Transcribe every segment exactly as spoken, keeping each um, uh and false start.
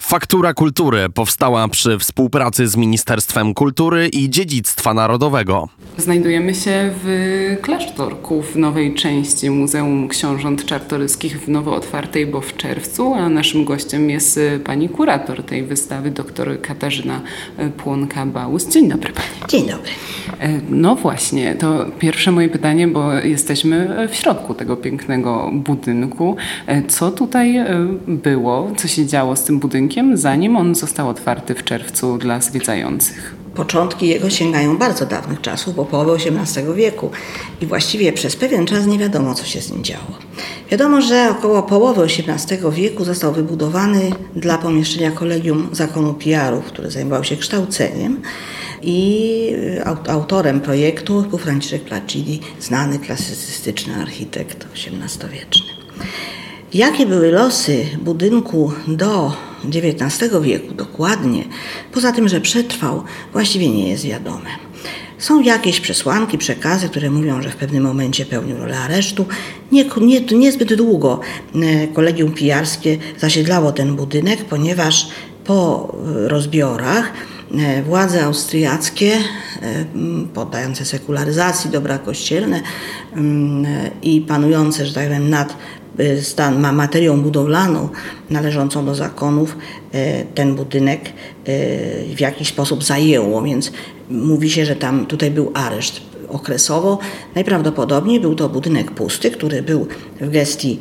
Faktura Kultury powstała przy współpracy z Ministerstwem Kultury i Dziedzictwa Narodowego. Znajdujemy się w klasztorku, w nowej części Muzeum Książąt Czartoryskich w nowo otwartej, bo w czerwcu, a naszym gościem jest pani kurator tej wystawy, dr Katarzyna Płonka-Bałus. Dzień dobry pani. Dzień dobry. No właśnie, to pierwsze moje pytanie, bo jesteśmy w środku tego pięknego budynku. Co tutaj było, co się działo z tym budynkiem, zanim on został otwarty w czerwcu dla zwiedzających? Początki jego sięgają bardzo dawnych czasów, bo połowy osiemnastego wieku i właściwie przez pewien czas nie wiadomo, co się z nim działo. Wiadomo, że około połowy osiemnastego wieku został wybudowany dla pomieszczenia Kolegium Zakonu Pijarów, które zajmowało się kształceniem, i autorem projektu był Franciszek Placidi, znany klasycystyczny architekt osiemnastowieczny. Jakie były losy budynku do dziewiętnastego wieku dokładnie, poza tym, że przetrwał, właściwie nie jest wiadome. Są jakieś przesłanki, przekazy, które mówią, że w pewnym momencie pełnił rolę aresztu. Nie, nie, niezbyt długo Kolegium Pijarskie zasiedlało ten budynek, ponieważ po rozbiorach władze austriackie, poddające sekularyzacji dobra kościelne i panujące, że tak powiem, nad stan, ma materią budowlaną należącą do zakonów, ten budynek w jakiś sposób zajęło, więc mówi się, że tam tutaj był areszt okresowo. Najprawdopodobniej był to budynek pusty, który był w gestii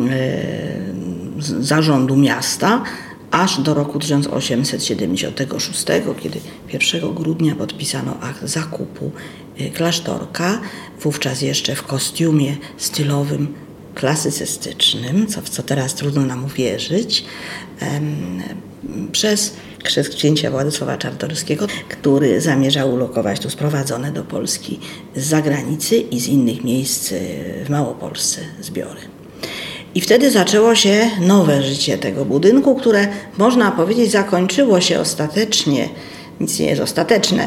zarządu miasta, aż do roku tysiąc osiemset siedemdziesiątego szóstego, kiedy pierwszego grudnia podpisano akt zakupu klasztorka, wówczas jeszcze w kostiumie stylowym klasycystycznym, co, w co teraz trudno nam uwierzyć, em, przez chrzest księcia Władysława Czartoryskiego, który zamierzał ulokować tu sprowadzone do Polski z zagranicy i z innych miejsc w Małopolsce zbiory. I wtedy zaczęło się nowe życie tego budynku, które można powiedzieć zakończyło się ostatecznie, nic nie jest ostateczne,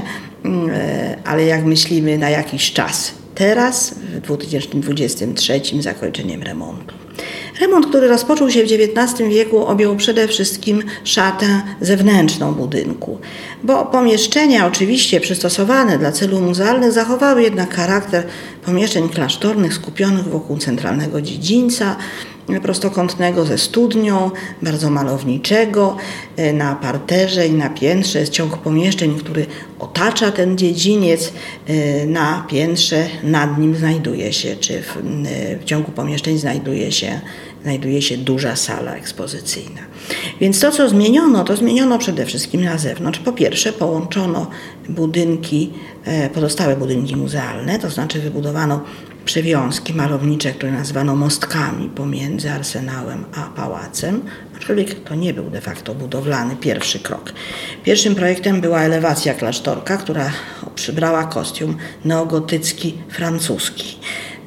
ale jak myślimy na jakiś czas. Teraz w dwa tysiące dwudziestym trzecim zakończeniem remontu. Remont, który rozpoczął się w dziewiętnastym wieku, objął przede wszystkim szatę zewnętrzną budynku, bo pomieszczenia oczywiście przystosowane dla celów muzealnych zachowały jednak charakter pomieszczeń klasztornych skupionych wokół centralnego dziedzińca, prostokątnego ze studnią, bardzo malowniczego. Na parterze i na piętrze jest ciąg pomieszczeń, który otacza ten dziedziniec. Na piętrze nad nim znajduje się, czy w, w ciągu pomieszczeń znajduje się, znajduje się duża sala ekspozycyjna. Więc to, co zmieniono, to zmieniono przede wszystkim na zewnątrz. Po pierwsze, połączono budynki, pozostałe budynki muzealne, to znaczy wybudowano przewiązki malownicze, które nazwano mostkami pomiędzy arsenałem a pałacem, aczkolwiek to nie był de facto budowlany pierwszy krok. Pierwszym projektem była elewacja klasztorka, która przybrała kostium neogotycki francuski,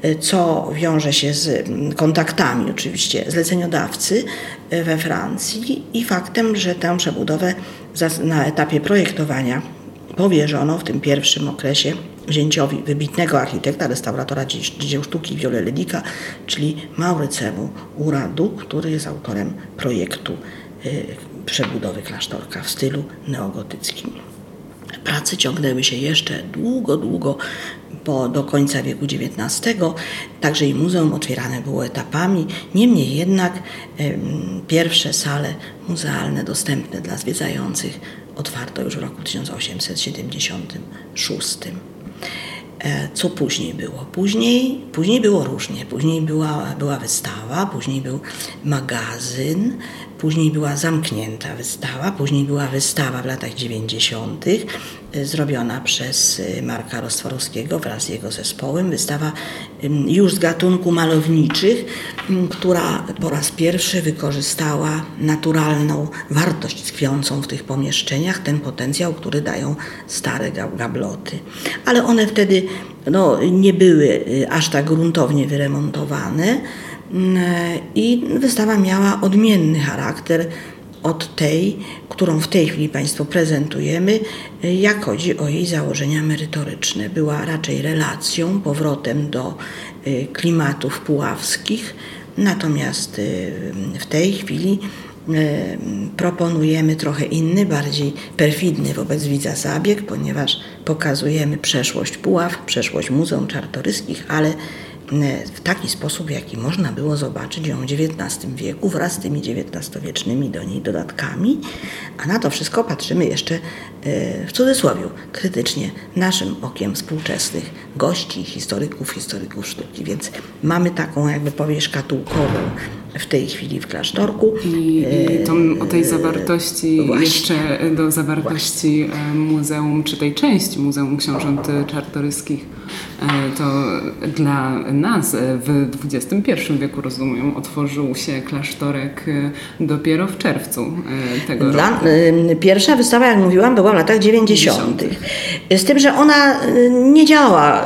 co wiąże się z kontaktami oczywiście zleceniodawcy we Francji i faktem, że tę przebudowę na etapie projektowania powierzono w tym pierwszym okresie zięciowi wybitnego architekta, restauratora dzieł sztuki Viollet-le-Duca, czyli Maurycemu Uradu, który jest autorem projektu y, przebudowy klasztorka w stylu neogotyckim. Prace ciągnęły się jeszcze długo, długo po, do końca wieku dziewiętnastego. Także i muzeum otwierane było etapami. Niemniej jednak y, pierwsze sale muzealne dostępne dla zwiedzających otwarto już w roku tysiąc osiemset siedemdziesiątym szóstym. Co później było? Później, później było różnie. Później była, była wystawa, później był magazyn, później była zamknięta wystawa, później była wystawa w latach dziewięćdziesiątych zrobiona przez Marka Rostworowskiego wraz z jego zespołem. Wystawa już z gatunku malowniczych, która po raz pierwszy wykorzystała naturalną wartość tkwiącą w tych pomieszczeniach, ten potencjał, który dają stare gabloty. Ale one wtedy no, nie były aż tak gruntownie wyremontowane i wystawa miała odmienny charakter od tej, którą w tej chwili Państwu prezentujemy, jak chodzi o jej założenia merytoryczne. Była raczej relacją, powrotem do klimatów puławskich, natomiast w tej chwili proponujemy trochę inny, bardziej perfidny wobec widza zabieg, ponieważ pokazujemy przeszłość Puław, przeszłość Muzeum Czartoryskich, ale w taki sposób, jaki można było zobaczyć ją w dziewiętnastym wieku wraz z tymi dziewiętnastowiecznymi do niej dodatkami, a na to wszystko patrzymy jeszcze w cudzysłowiu, krytycznie, naszym okiem współczesnych gości, historyków, historyków sztuki, więc mamy taką, jakby powieść szkatułkową w tej chwili w klasztorku. I, i to, o tej zawartości, właśnie, jeszcze do zawartości właśnie. Muzeum, czy tej części Muzeum Książąt Czartoryskich, to dla nas w dwudziestym pierwszym wieku, rozumiem, otworzył się klasztorek dopiero w czerwcu tego dla, roku. Pierwsza wystawa, jak mówiłam, była w latach dziewięćdziesiątych. Z tym, że ona nie działała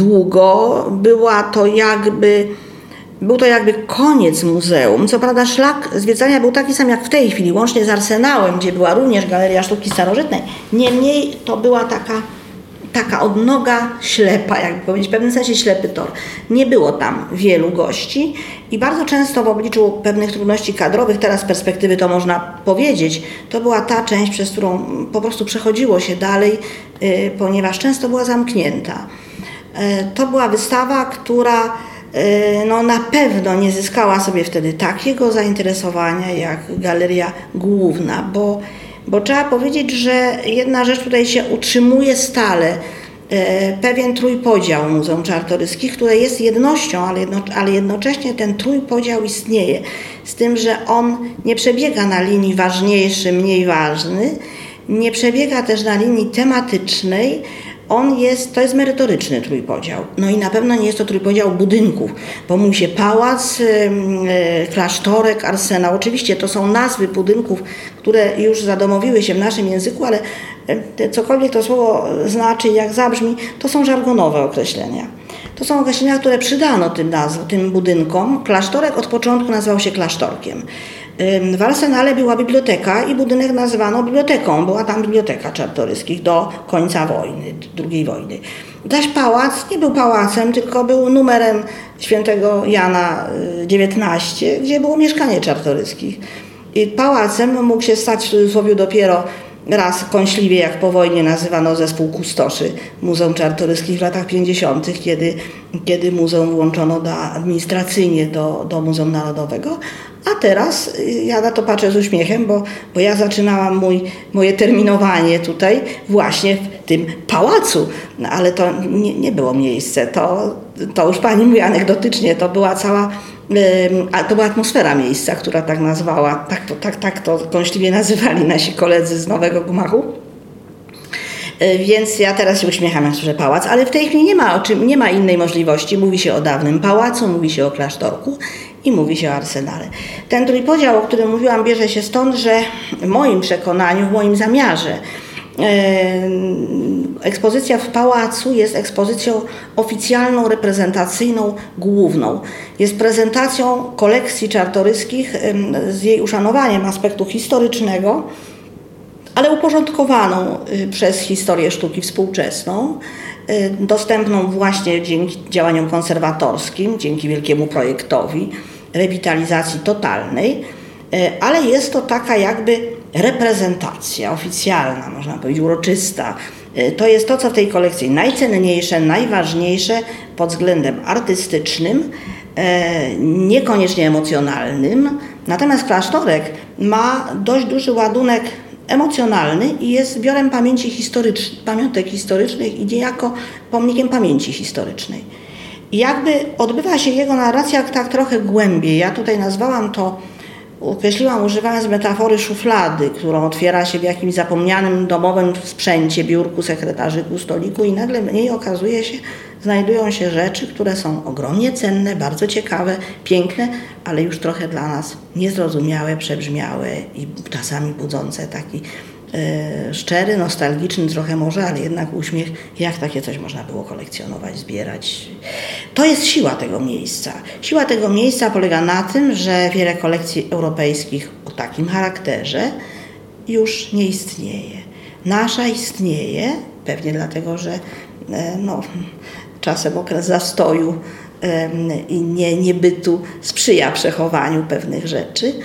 długo, była to jakby... Był to jakby koniec muzeum. Co prawda szlak zwiedzania był taki sam jak w tej chwili, łącznie z Arsenałem, gdzie była również Galeria Sztuki Starożytnej. Niemniej to była taka, taka odnoga ślepa, jakby powiedzieć, w pewnym sensie ślepy tor. Nie było tam wielu gości i bardzo często w obliczu pewnych trudności kadrowych, teraz z perspektywy to można powiedzieć, to była ta część, przez którą po prostu przechodziło się dalej, yy, ponieważ często była zamknięta. Yy, to była wystawa, która no na pewno nie zyskała sobie wtedy takiego zainteresowania jak galeria główna, bo, bo trzeba powiedzieć, że jedna rzecz tutaj się utrzymuje stale, pewien trójpodział Muzeum Czartoryskich, które jest jednością, ale, jedno, ale jednocześnie ten trójpodział istnieje, z tym, że on nie przebiega na linii ważniejszy, mniej ważny, nie przebiega też na linii tematycznej. On jest, to jest merytoryczny trójpodział. No i na pewno nie jest to trójpodział budynków, bo mówi się pałac, yy, klasztorek, arsenał. Oczywiście to są nazwy budynków, które już zadomowiły się w naszym języku, ale yy, cokolwiek to słowo znaczy, jak zabrzmi, to są żargonowe określenia. To są określenia, które przydano tym nazwom, tym budynkom. Klasztorek od początku nazywał się klasztorkiem. W Arsenale była biblioteka i budynek nazywano biblioteką. Była tam biblioteka Czartoryskich do końca wojny, drugiej wojny. Zaś pałac nie był pałacem, tylko był numerem świętego Jana dziewiętnaście, gdzie było mieszkanie Czartoryskich. I pałacem mógł się stać w cudzysłowie dopiero raz kąśliwie, jak po wojnie nazywano zespół kustoszy Muzeum Czartoryskich w latach pięćdziesiątych, kiedy, kiedy muzeum włączono do, administracyjnie do, do Muzeum Narodowego. A teraz ja na to patrzę z uśmiechem, bo, bo ja zaczynałam mój, moje terminowanie tutaj właśnie w tym pałacu, no, ale to nie, nie było miejsce, to, to już pani mówi anegdotycznie, to była cała, yy, to była atmosfera miejsca, która tak nazwała, tak to, tak, tak to kąśliwie nazywali nasi koledzy z Nowego Gmachu. Więc ja teraz się uśmiecham, jak słyszę pałac, ale w tej chwili nie ma, o czym, nie ma innej możliwości. Mówi się o dawnym pałacu, mówi się o klasztorku i mówi się o arsenale. Ten trójpodział, o którym mówiłam, bierze się stąd, że w moim przekonaniu, w moim zamiarze ekspozycja w pałacu jest ekspozycją oficjalną, reprezentacyjną, główną. Jest prezentacją kolekcji Czartoryskich z jej uszanowaniem aspektu historycznego, ale uporządkowaną przez historię sztuki współczesną, dostępną właśnie dzięki działaniom konserwatorskim, dzięki wielkiemu projektowi rewitalizacji totalnej, ale jest to taka jakby reprezentacja oficjalna, można powiedzieć uroczysta. To jest to, co w tej kolekcji najcenniejsze, najważniejsze pod względem artystycznym, niekoniecznie emocjonalnym. Natomiast klasztorek ma dość duży ładunek emocjonalny i jest zbiorem pamięci historycznej, pamiątek historycznych i niejako pomnikiem pamięci historycznej. I jakby odbywa się jego narracja tak trochę głębiej. Ja tutaj nazwałam to, określiłam używając metafory szuflady, którą otwiera się w jakimś zapomnianym domowym sprzęcie, biurku, sekretarzyku, stoliku i nagle w niej okazuje się, znajdują się rzeczy, które są ogromnie cenne, bardzo ciekawe, piękne, ale już trochę dla nas niezrozumiałe, przebrzmiałe i czasami budzące taki e, szczery, nostalgiczny trochę może, ale jednak uśmiech, jak takie coś można było kolekcjonować, zbierać. To jest siła tego miejsca. Siła tego miejsca polega na tym, że wiele kolekcji europejskich o takim charakterze już nie istnieje. Nasza istnieje, pewnie dlatego, że e, no, czasem okres zastoju i nie, niebytu sprzyja przechowaniu pewnych rzeczy,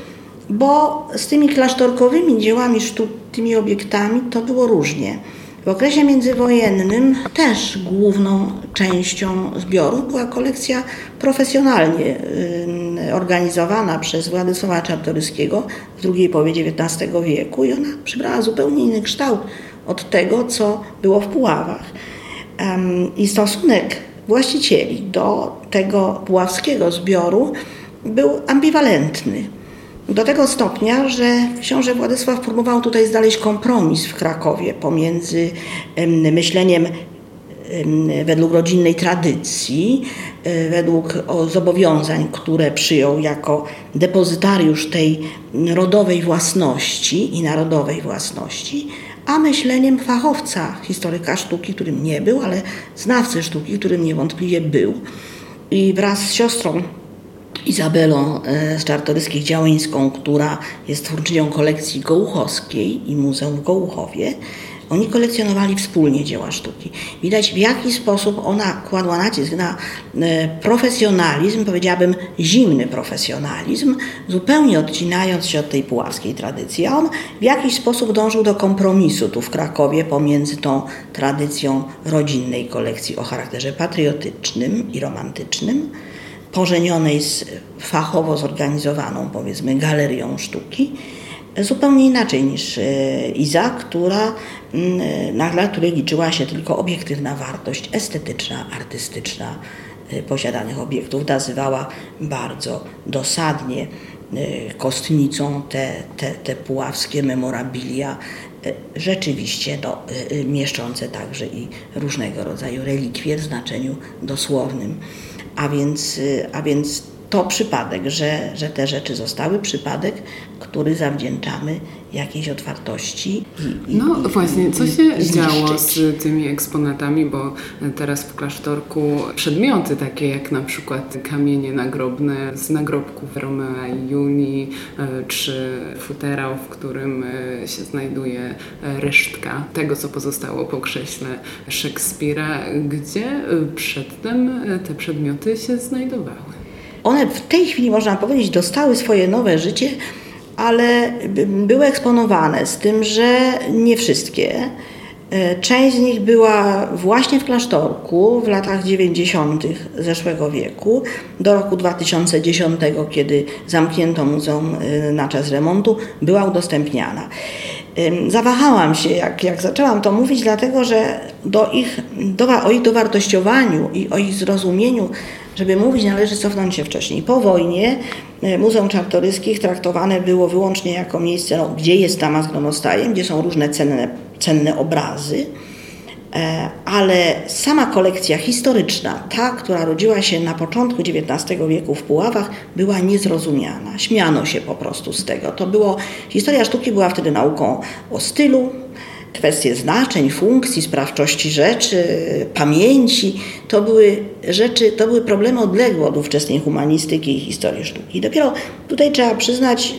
bo z tymi klasztorkowymi dziełami sztuki, tymi obiektami to było różnie. W okresie międzywojennym też główną częścią zbioru była kolekcja profesjonalnie organizowana przez Władysława Czartoryskiego w drugiej połowie dziewiętnastego wieku i ona przybrała zupełnie inny kształt od tego, co było w Puławach. I stosunek właścicieli do tego puławskiego zbioru był ambiwalentny. Do tego stopnia, że książę Władysław próbował tutaj znaleźć kompromis w Krakowie pomiędzy myśleniem według rodzinnej tradycji, według zobowiązań, które przyjął jako depozytariusz tej rodowej własności i narodowej własności, a myśleniem fachowca, historyka sztuki, którym nie był, ale znawcy sztuki, którym niewątpliwie był. I wraz z siostrą Izabelą z Czartoryskich Działyńską, która jest twórczynią kolekcji gołuchowskiej i muzeum w Gołuchowie, oni kolekcjonowali wspólnie dzieła sztuki. Widać, w jaki sposób ona kładła nacisk na profesjonalizm, powiedziałabym zimny profesjonalizm, zupełnie odcinając się od tej puławskiej tradycji. A on w jakiś sposób dążył do kompromisu tu w Krakowie pomiędzy tą tradycją rodzinnej kolekcji o charakterze patriotycznym i romantycznym, pożenionej z fachowo zorganizowaną, powiedzmy, galerią sztuki, zupełnie inaczej niż Iza, która, dla której liczyła się tylko obiektywna wartość estetyczna, artystyczna posiadanych obiektów. Nazywała bardzo dosadnie kostnicą te, te, te puławskie memorabilia, rzeczywiście no, mieszczące także i różnego rodzaju relikwie w znaczeniu dosłownym. A więc, a więc to przypadek, że, że te rzeczy zostały, przypadek, który zawdzięczamy jakiejś otwartości. I, no i, właśnie, co i, się i działo z tymi eksponatami, bo teraz w klasztorku przedmioty takie jak na przykład kamienie nagrobne z nagrobków Romea i Julii, czy futerał, w którym się znajduje resztka tego, co pozostało po krześle Szekspira. Gdzie przedtem te przedmioty się znajdowały? One w tej chwili, można powiedzieć, dostały swoje nowe życie, ale były eksponowane, z tym, że nie wszystkie. Część z nich była właśnie w klasztorku w latach dziewięćdziesiątych zeszłego wieku, do roku dwa tysiące dziesiątego, kiedy zamknięto muzeum na czas remontu, była udostępniana. Zawahałam się, jak, jak zaczęłam to mówić, dlatego że do ich, do, o ich dowartościowaniu i o ich zrozumieniu, żeby mówić, należy cofnąć się wcześniej. Po wojnie Muzeum Czartoryskich traktowane było wyłącznie jako miejsce, no, gdzie jest Dama z Gronostajem, gdzie są różne cenne, cenne obrazy, ale sama kolekcja historyczna, ta, która rodziła się na początku dziewiętnastego wieku w Puławach, była niezrozumiana. Śmiano się po prostu z tego. To było, historia sztuki była wtedy nauką o stylu, kwestie znaczeń, funkcji, sprawczości rzeczy, pamięci. To były rzeczy, to były problemy odległe od ówczesnej humanistyki i historii sztuki. I dopiero tutaj trzeba przyznać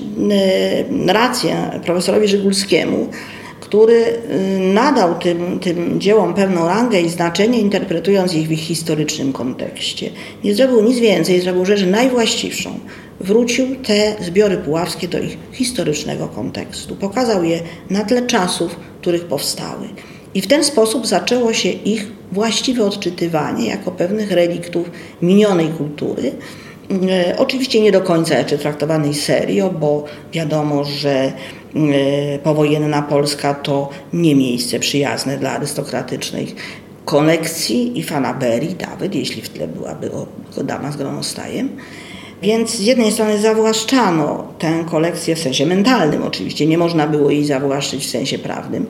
rację profesorowi Żygulskiemu, który nadał tym, tym dziełom pewną rangę i znaczenie, interpretując ich w ich historycznym kontekście. Nie zrobił nic więcej, zrobił rzecz najwłaściwszą. Wrócił te zbiory puławskie do ich historycznego kontekstu. Pokazał je na tle czasów, w których powstały. I w ten sposób zaczęło się ich właściwe odczytywanie jako pewnych reliktów minionej kultury. E, oczywiście nie do końca jeszcze traktowanej serio, bo wiadomo, że e, powojenna Polska to nie miejsce przyjazne dla arystokratycznych kolekcji i fanaberii, nawet jeśli w tle byłaby o, o Dama z Gronostajem. Więc z jednej strony zawłaszczano tę kolekcję w sensie mentalnym, oczywiście nie można było jej zawłaszczyć w sensie prawnym,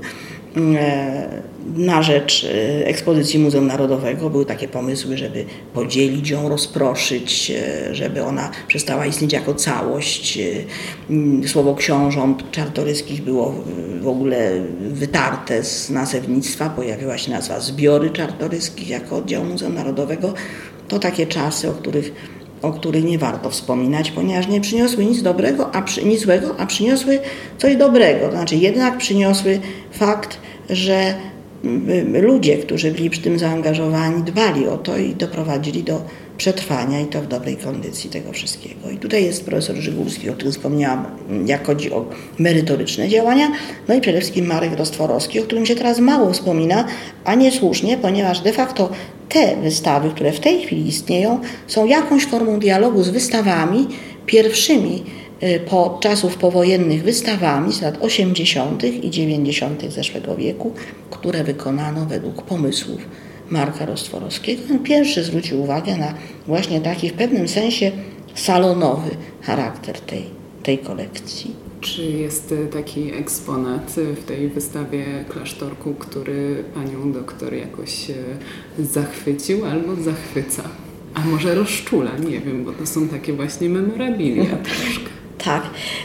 na rzecz ekspozycji Muzeum Narodowego. Były takie pomysły, żeby podzielić ją, rozproszyć, żeby ona przestała istnieć jako całość. Słowo książąt Czartoryskich było w ogóle wytarte z nazewnictwa, pojawiła się nazwa Zbiory Czartoryskich jako oddział Muzeum Narodowego. To takie czasy, o których o których nie warto wspominać, ponieważ nie przyniosły nic dobrego, a przy, nic złego, a przyniosły coś dobrego. To znaczy jednak przyniosły fakt, że ludzie, którzy byli przy tym zaangażowani, dbali o to i doprowadzili do przetrwania i to w dobrej kondycji tego wszystkiego. I tutaj jest profesor Żygulski, o którym wspomniałam, jak chodzi o merytoryczne działania, no i przede wszystkim Marek Rostworowski, o którym się teraz mało wspomina, a niesłusznie, ponieważ de facto te wystawy, które w tej chwili istnieją, są jakąś formą dialogu z wystawami pierwszymi po czasów powojennych wystawami z lat osiemdziesiątych i dziewięćdziesiątych zeszłego wieku, które wykonano według pomysłów Marka Rostworowskiego. On pierwszy zwrócił uwagę na właśnie taki w pewnym sensie salonowy charakter tej, tej kolekcji. Czy jest taki eksponat w tej wystawie klasztorku, który panią doktor jakoś zachwycił albo zachwyca? A może rozczula? Nie wiem, bo to są takie właśnie memorabilia troszkę. Tak,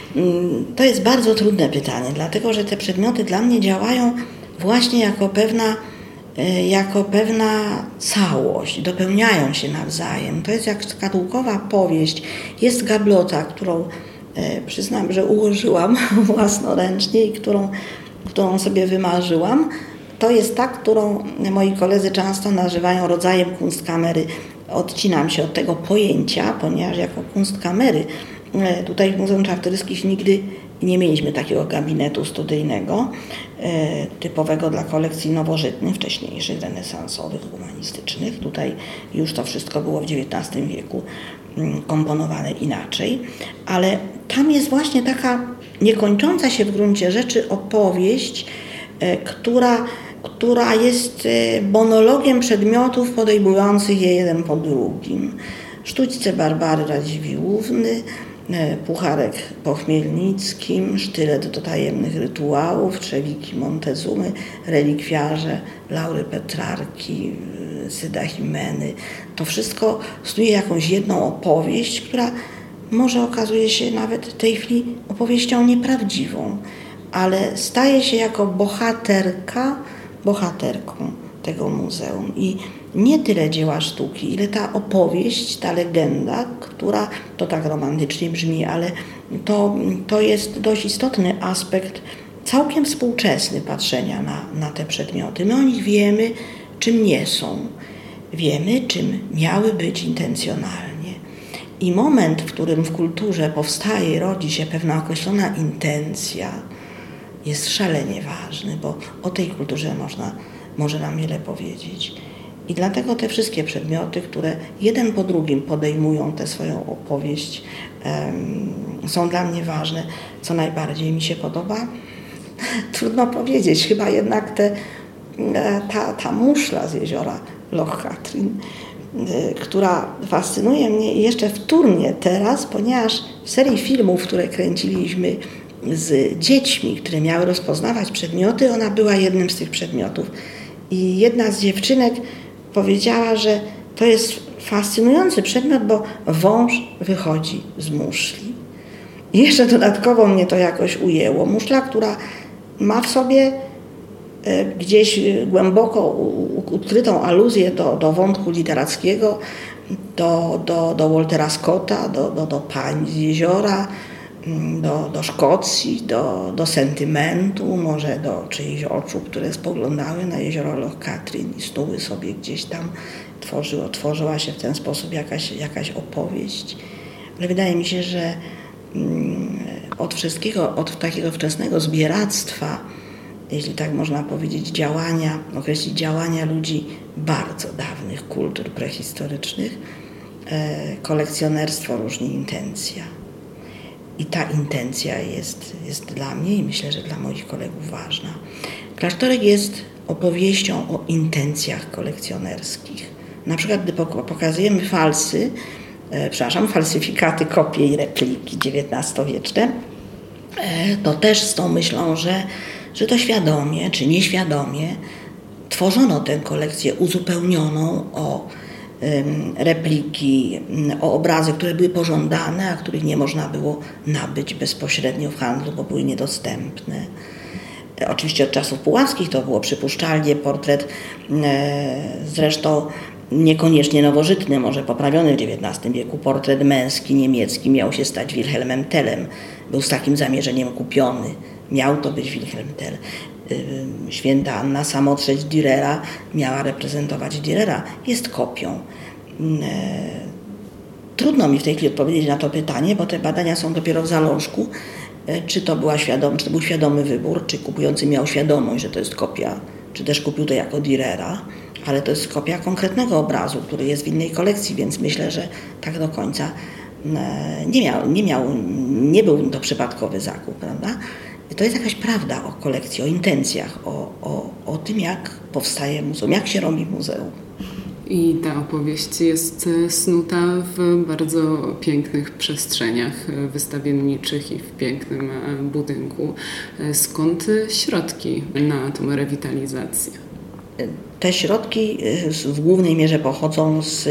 to jest bardzo trudne pytanie, dlatego że te przedmioty dla mnie działają właśnie jako pewna, jako pewna całość, dopełniają się nawzajem. To jest jak szkatułkowa powieść. Jest gablota, którą przyznam, że ułożyłam własnoręcznie i którą, którą sobie wymarzyłam. To jest ta, którą moi koledzy często nazywają rodzajem kunstkamery. Odcinam się od tego pojęcia, ponieważ jako kunstkamery tutaj w Muzeum Czartoryskich nigdy nie mieliśmy takiego gabinetu studyjnego, e, typowego dla kolekcji nowożytnych, wcześniejszych, renesansowych, humanistycznych. Tutaj już to wszystko było w dziewiętnastym wieku m, komponowane inaczej, ale tam jest właśnie taka niekończąca się w gruncie rzeczy opowieść, e, która, która jest e, monologiem przedmiotów podejmujących je jeden po drugim. Sztućce Barbary Radziwiłłówny, pucharek po Chmielnickim, sztylet do tajemnych rytuałów, trzewiki Montezumy, relikwiarze Laury Petrarki, Syda Himeny. To wszystko stuje jakąś jedną opowieść, która może okazuje się nawet w tej chwili opowieścią nieprawdziwą, ale staje się jako bohaterka, bohaterką tego muzeum. I nie tyle dzieła sztuki, ile ta opowieść, ta legenda, która to tak romantycznie brzmi, ale to, to jest dość istotny aspekt całkiem współczesny patrzenia na, na te przedmioty. My o nich wiemy, czym nie są. Wiemy, czym miały być intencjonalnie. I moment, w którym w kulturze powstaje, rodzi się pewna określona intencja, jest szalenie ważny, bo o tej kulturze można, może nam wiele powiedzieć. I dlatego te wszystkie przedmioty, które jeden po drugim podejmują tę swoją opowieść, um, są dla mnie ważne. Co najbardziej mi się podoba? Trudno powiedzieć, chyba jednak te, ta, ta muszla z jeziora Loch Katrine, która fascynuje mnie jeszcze wtórnie teraz, ponieważ w serii filmów, które kręciliśmy z dziećmi, które miały rozpoznawać przedmioty, ona była jednym z tych przedmiotów. I jedna z dziewczynek powiedziała, że to jest fascynujący przedmiot, bo wąż wychodzi z muszli. I jeszcze dodatkowo mnie to jakoś ujęło. Muszla, która ma w sobie gdzieś głęboko ukrytą aluzję do, do wątku literackiego, do, do, do Waltera Scotta, do, do, do pań z jeziora, do, do Szkocji, do, do sentymentu, może do czyichś oczu, które spoglądały na jezioro Loch Katrine i snuły sobie gdzieś tam, tworzyło, tworzyła się w ten sposób jakaś, jakaś opowieść. Ale wydaje mi się, że mm, od wszystkiego, od takiego wczesnego zbieractwa, jeśli tak można powiedzieć, działania, określić działania ludzi bardzo dawnych kultur prehistorycznych, e, kolekcjonerstwo różni intencja. I ta intencja jest, jest dla mnie i myślę, że dla moich kolegów ważna. Klasztorek jest opowieścią o intencjach kolekcjonerskich. Na przykład, gdy pokazujemy falsy, e, przepraszam, falsyfikaty, kopie i repliki dziewiętnastowieczne, e, to też z tą myślą, że, że to świadomie czy nieświadomie tworzono tę kolekcję uzupełnioną o repliki, o obrazy, które były pożądane, a których nie można było nabyć bezpośrednio w handlu, bo były niedostępne. Oczywiście od czasów puławskich to było przypuszczalnie portret, zresztą niekoniecznie nowożytny, może poprawiony w dziewiętnastym wieku, portret męski, niemiecki miał się stać Wilhelmem Tellem. Był z takim zamierzeniem kupiony. Miał to być Wilhelm Tell. Święta Anna Samotrzeć Dürera miała reprezentować Dürera. Jest kopią. Trudno mi w tej chwili odpowiedzieć na to pytanie, bo te badania są dopiero w zalążku. Czy to, była świadom, czy to był świadomy wybór, czy kupujący miał świadomość, że to jest kopia, czy też kupił to jako Dürera, ale to jest kopia konkretnego obrazu, który jest w innej kolekcji, więc myślę, że tak do końca nie miał, nie, miał, nie był to przypadkowy zakup, prawda? To jest jakaś prawda o kolekcji, o intencjach, o, o, o tym, jak powstaje muzeum, jak się robi muzeum. I ta opowieść jest snuta w bardzo pięknych przestrzeniach wystawienniczych i w pięknym budynku. Skąd środki na tę rewitalizację? Te środki w głównej mierze pochodzą z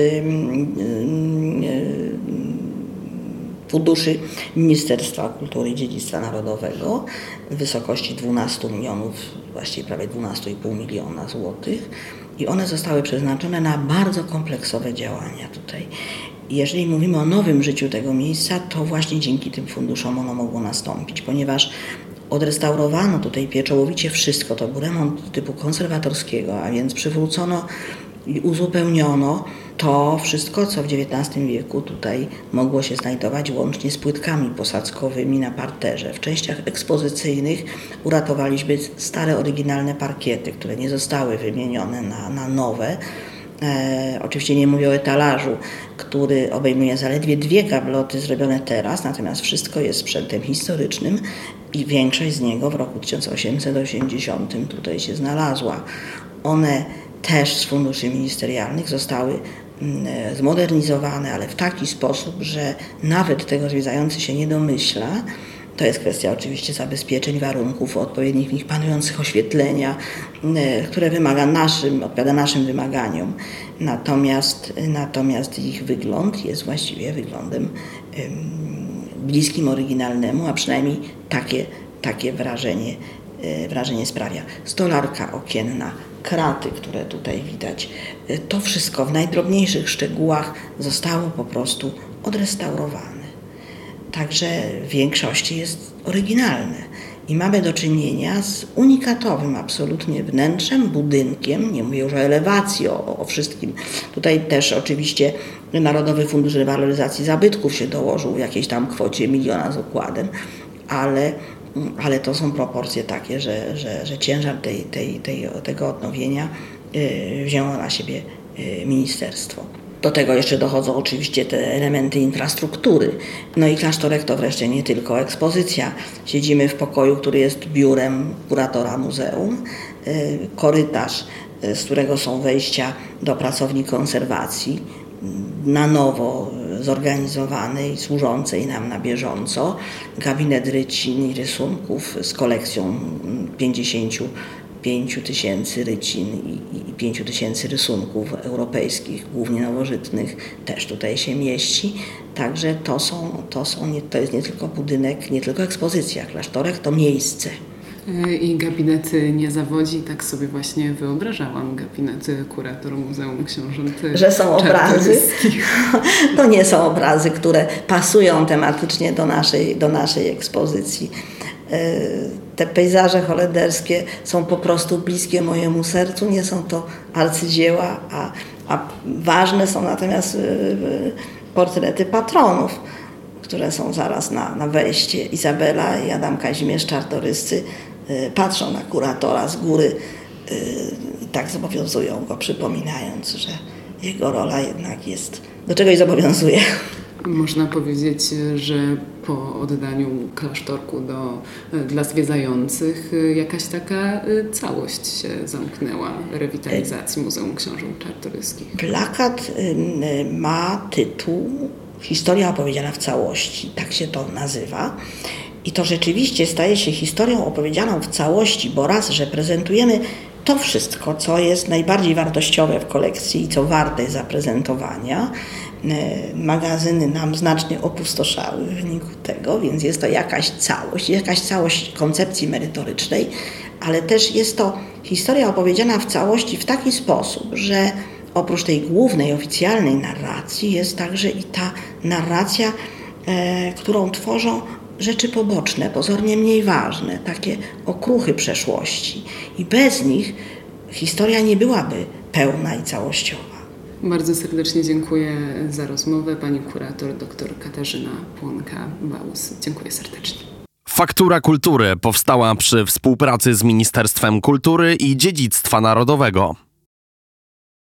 funduszy Ministerstwa Kultury i Dziedzictwa Narodowego w wysokości dwunastu milionów, właściwie prawie dwunastu i pół miliona złotych. I one zostały przeznaczone na bardzo kompleksowe działania tutaj. Jeżeli mówimy o nowym życiu tego miejsca, to właśnie dzięki tym funduszom ono mogło nastąpić, ponieważ odrestaurowano tutaj pieczołowicie wszystko. To był remont typu konserwatorskiego, a więc przywrócono i uzupełniono to wszystko, co w dziewiętnastym wieku tutaj mogło się znajdować, łącznie z płytkami posadzkowymi na parterze. W częściach ekspozycyjnych uratowaliśmy stare, oryginalne parkiety, które nie zostały wymienione na, na nowe. E, oczywiście nie mówię o etalażu, który obejmuje zaledwie dwie gabloty zrobione teraz, natomiast wszystko jest sprzętem historycznym i większość z niego w roku tysiąc osiemset osiemdziesiątym tutaj się znalazła. One też z funduszy ministerialnych zostały zmodernizowane, ale w taki sposób, że nawet tego zwiedzający się nie domyśla. To jest kwestia oczywiście zabezpieczeń, warunków, odpowiednich w nich panujących oświetlenia, które wymaga naszym, odpowiada naszym wymaganiom. Natomiast, natomiast ich wygląd jest właściwie wyglądem bliskim oryginalnemu, a przynajmniej takie, takie wrażenie, wrażenie sprawia. Stolarka okienna, kraty, które tutaj widać, to wszystko w najdrobniejszych szczegółach zostało po prostu odrestaurowane. Także w większości jest oryginalne i mamy do czynienia z unikatowym absolutnie wnętrzem, budynkiem, nie mówię już o elewacji, o, o wszystkim. Tutaj też oczywiście Narodowy Fundusz Rewaloryzacji Zabytków się dołożył w jakiejś tam kwocie miliona z okładem, ale ale to są proporcje takie, że, że, że ciężar tej, tej, tej, tego odnowienia wzięło na siebie ministerstwo. Do tego jeszcze dochodzą oczywiście te elementy infrastruktury. No i klasztorek to wreszcie nie tylko ekspozycja. Siedzimy w pokoju, który jest biurem kuratora muzeum, korytarz, z którego są wejścia do pracowni konserwacji, na nowo zorganizowanej i służącej nam na bieżąco, gabinet rycin i rysunków z kolekcją pięćdziesięciu pięciu tysięcy rycin i pięciu tysięcy rysunków europejskich, głównie nowożytnych, też tutaj się mieści. Także to, są, to, są nie, to jest nie tylko budynek, nie tylko ekspozycja. Klasztorek to miejsce. I gabinet nie zawodzi, tak sobie właśnie wyobrażałam gabinet kurator Muzeum Książąt Że są obrazy. To nie są obrazy, które pasują tematycznie do naszej, do naszej ekspozycji. Te pejzaże holenderskie są po prostu bliskie mojemu sercu, nie są to arcydzieła, a, a ważne są natomiast portrety patronów, które są zaraz na, na wejście. Izabela i Adam Kazimierz Czartoryscy patrzą na kuratora z góry i tak zobowiązują go, przypominając, że jego rola jednak jest, do czegoś zobowiązuje. Można powiedzieć, że po oddaniu klasztorku do, dla zwiedzających jakaś taka całość się zamknęła rewitalizacji Muzeum Książąt Czartoryskich. Plakat ma tytuł Historia opowiedziana w całości, tak się to nazywa. I to rzeczywiście staje się historią opowiedzianą w całości, bo raz, że prezentujemy to wszystko, co jest najbardziej wartościowe w kolekcji i co warte zaprezentowania. Magazyny nam znacznie opustoszały w wyniku tego, więc jest to jakaś całość, jakaś całość koncepcji merytorycznej, ale też jest to historia opowiedziana w całości w taki sposób, że oprócz tej głównej, oficjalnej narracji jest także i ta narracja, e, którą tworzą rzeczy poboczne, pozornie mniej ważne, takie okruchy przeszłości. I bez nich historia nie byłaby pełna i całościowa. Bardzo serdecznie dziękuję za rozmowę. Pani kurator dr Katarzyna Płonka-Baus. Dziękuję serdecznie. Faktura Kultury powstała przy współpracy z Ministerstwem Kultury i Dziedzictwa Narodowego.